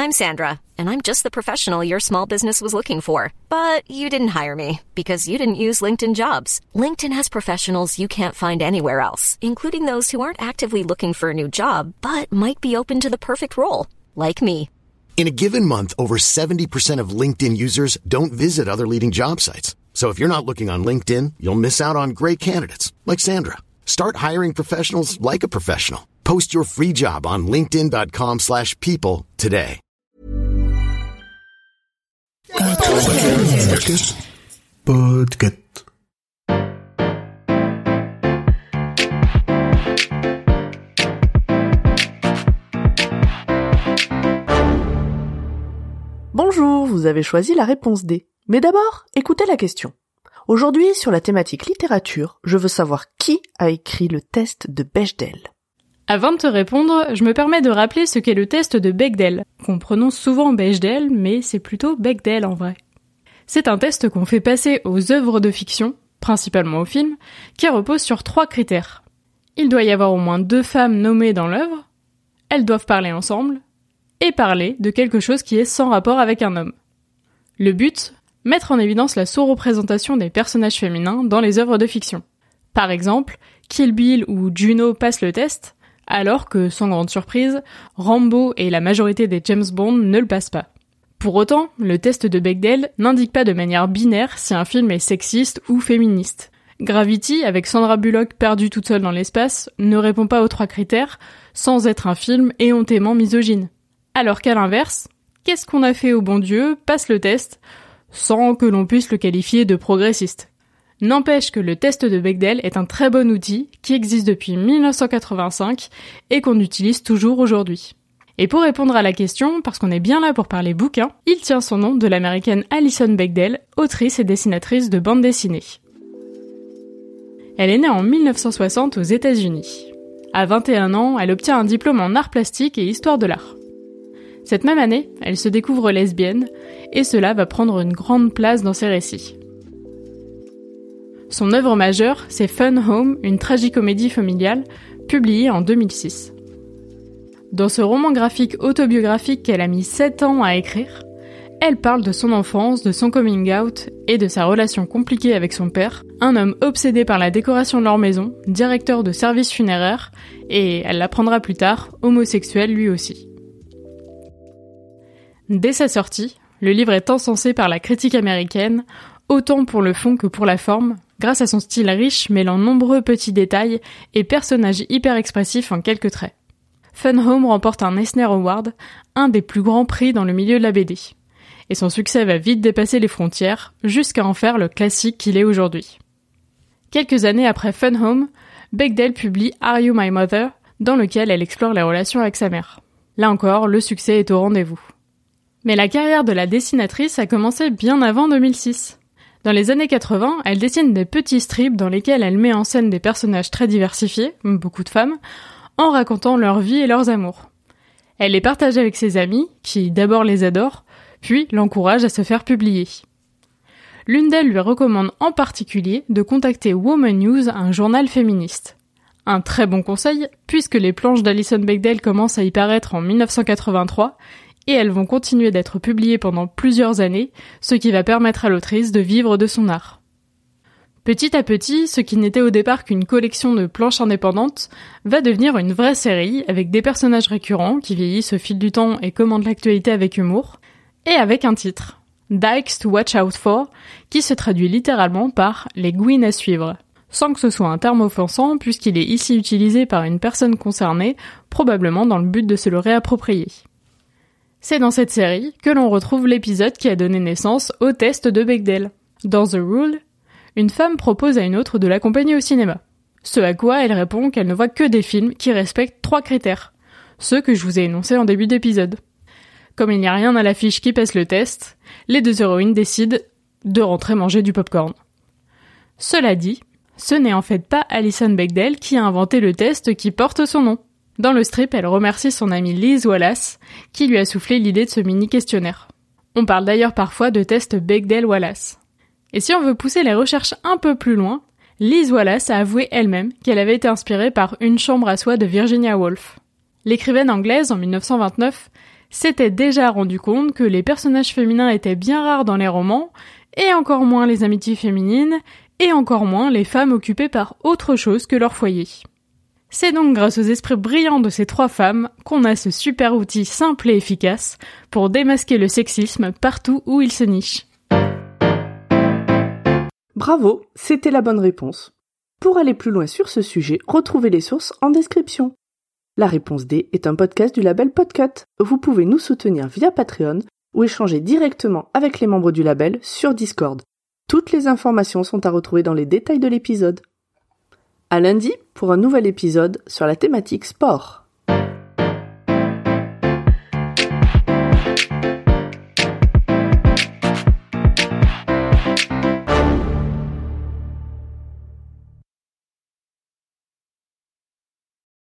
I'm Sandra, and I'm just the professional your small business was looking for. But you didn't hire me because you didn't use LinkedIn Jobs. LinkedIn has professionals you can't find anywhere else, including those who aren't actively looking for a new job, but might be open to the perfect role, like me. In a given month, over 70% of LinkedIn users don't visit other leading job sites. So if you're not looking on LinkedIn, you'll miss out on great candidates, like Sandra. Start hiring professionals like a professional. Post your free job on linkedin.com/people today. Podcast. Bonjour, vous avez choisi la réponse D. Mais d'abord, écoutez la question. Aujourd'hui, sur la thématique littérature, je veux savoir qui a écrit le test de Bechdel. Avant de te répondre, je me permets de rappeler ce qu'est le test de Bechdel, qu'on prononce souvent Bechdel, mais c'est plutôt Bechdel en vrai. C'est un test qu'on fait passer aux œuvres de fiction, principalement aux films, qui repose sur 3 critères. Il doit y avoir au moins 2 femmes nommées dans l'œuvre, elles doivent parler ensemble, et parler de quelque chose qui est sans rapport avec un homme. Le but, mettre en évidence la sous-représentation des personnages féminins dans les œuvres de fiction. Par exemple, Kill Bill ou Juno passent le test, alors que, sans grande surprise, Rambo et la majorité des James Bond ne le passent pas. Pour autant, le test de Bechdel n'indique pas de manière binaire si un film est sexiste ou féministe. Gravity, avec Sandra Bullock perdue toute seule dans l'espace, ne répond pas aux 3 critères, sans être un film éhontément misogyne. Alors qu'à l'inverse, Qu'est-ce qu'on a fait au bon Dieu passe le test, sans que l'on puisse le qualifier de progressiste. N'empêche que le test de Bechdel est un très bon outil qui existe depuis 1985 et qu'on utilise toujours aujourd'hui. Et pour répondre à la question, parce qu'on est bien là pour parler bouquin, il tient son nom de l'américaine Alison Bechdel, autrice et dessinatrice de bande dessinée. Elle est née en 1960 aux États-Unis. À 21 ans, elle obtient un diplôme en arts plastiques et histoire de l'art. Cette même année, elle se découvre lesbienne, et cela va prendre une grande place dans ses récits. Son œuvre majeure, c'est Fun Home, une tragicomédie familiale, publiée en 2006. Dans ce roman graphique autobiographique qu'elle a mis 7 ans à écrire, elle parle de son enfance, de son coming out et de sa relation compliquée avec son père, un homme obsédé par la décoration de leur maison, directeur de service funéraire, et, elle l'apprendra plus tard, homosexuel lui aussi. Dès sa sortie, le livre est encensé par la critique américaine, autant pour le fond que pour la forme, grâce à son style riche mêlant nombreux petits détails et personnages hyper expressifs en quelques traits. Fun Home remporte un Eisner Award, un des plus grands prix dans le milieu de la BD. Et son succès va vite dépasser les frontières, jusqu'à en faire le classique qu'il est aujourd'hui. Quelques années après Fun Home, Bechdel publie Are You My Mother, dans lequel elle explore les relations avec sa mère. Là encore, le succès est au rendez-vous. Mais la carrière de la dessinatrice a commencé bien avant 2006. Dans les années 80, elle dessine des petits strips dans lesquels elle met en scène des personnages très diversifiés, beaucoup de femmes, en racontant leur vie et leurs amours. Elle les partage avec ses amis, qui d'abord les adorent, puis l'encouragent à se faire publier. L'une d'elles lui recommande en particulier de contacter Woman News, un journal féministe. Un très bon conseil, puisque les planches d'Alison Bechdel commencent à y paraître en 1983, et elles vont continuer d'être publiées pendant plusieurs années, ce qui va permettre à l'autrice de vivre de son art. Petit à petit, ce qui n'était au départ qu'une collection de planches indépendantes va devenir une vraie série avec des personnages récurrents qui vieillissent au fil du temps et commentent l'actualité avec humour, et avec un titre, Dykes to Watch Out For, qui se traduit littéralement par « les gouines à suivre », sans que ce soit un terme offensant puisqu'il est ici utilisé par une personne concernée, probablement dans le but de se le réapproprier. C'est dans cette série que l'on retrouve l'épisode qui a donné naissance au test de Bechdel. Dans The Rule, une femme propose à une autre de l'accompagner au cinéma. Ce à quoi elle répond qu'elle ne voit que des films qui respectent 3 critères, ceux que je vous ai énoncés en début d'épisode. Comme il n'y a rien à l'affiche qui passe le test, les 2 héroïnes décident de rentrer manger du popcorn. Cela dit, ce n'est en fait pas Alison Bechdel qui a inventé le test qui porte son nom. Dans le strip, elle remercie son amie Liz Wallace, qui lui a soufflé l'idée de ce mini-questionnaire. On parle d'ailleurs parfois de test Bechdel-Wallace. Et si on veut pousser les recherches un peu plus loin, Liz Wallace a avoué elle-même qu'elle avait été inspirée par Une chambre à soi de Virginia Woolf. L'écrivaine anglaise, en 1929, s'était déjà rendu compte que les personnages féminins étaient bien rares dans les romans, et encore moins les amitiés féminines, et encore moins les femmes occupées par autre chose que leur foyer. C'est donc grâce aux esprits brillants de ces 3 femmes qu'on a ce super outil simple et efficace pour démasquer le sexisme partout où il se niche. Bravo, c'était la bonne réponse. Pour aller plus loin sur ce sujet, retrouvez les sources en description. La réponse D est un podcast du label Podcut. Vous pouvez nous soutenir via Patreon ou échanger directement avec les membres du label sur Discord. Toutes les informations sont à retrouver dans les détails de l'épisode. À lundi pour un nouvel épisode sur la thématique sport.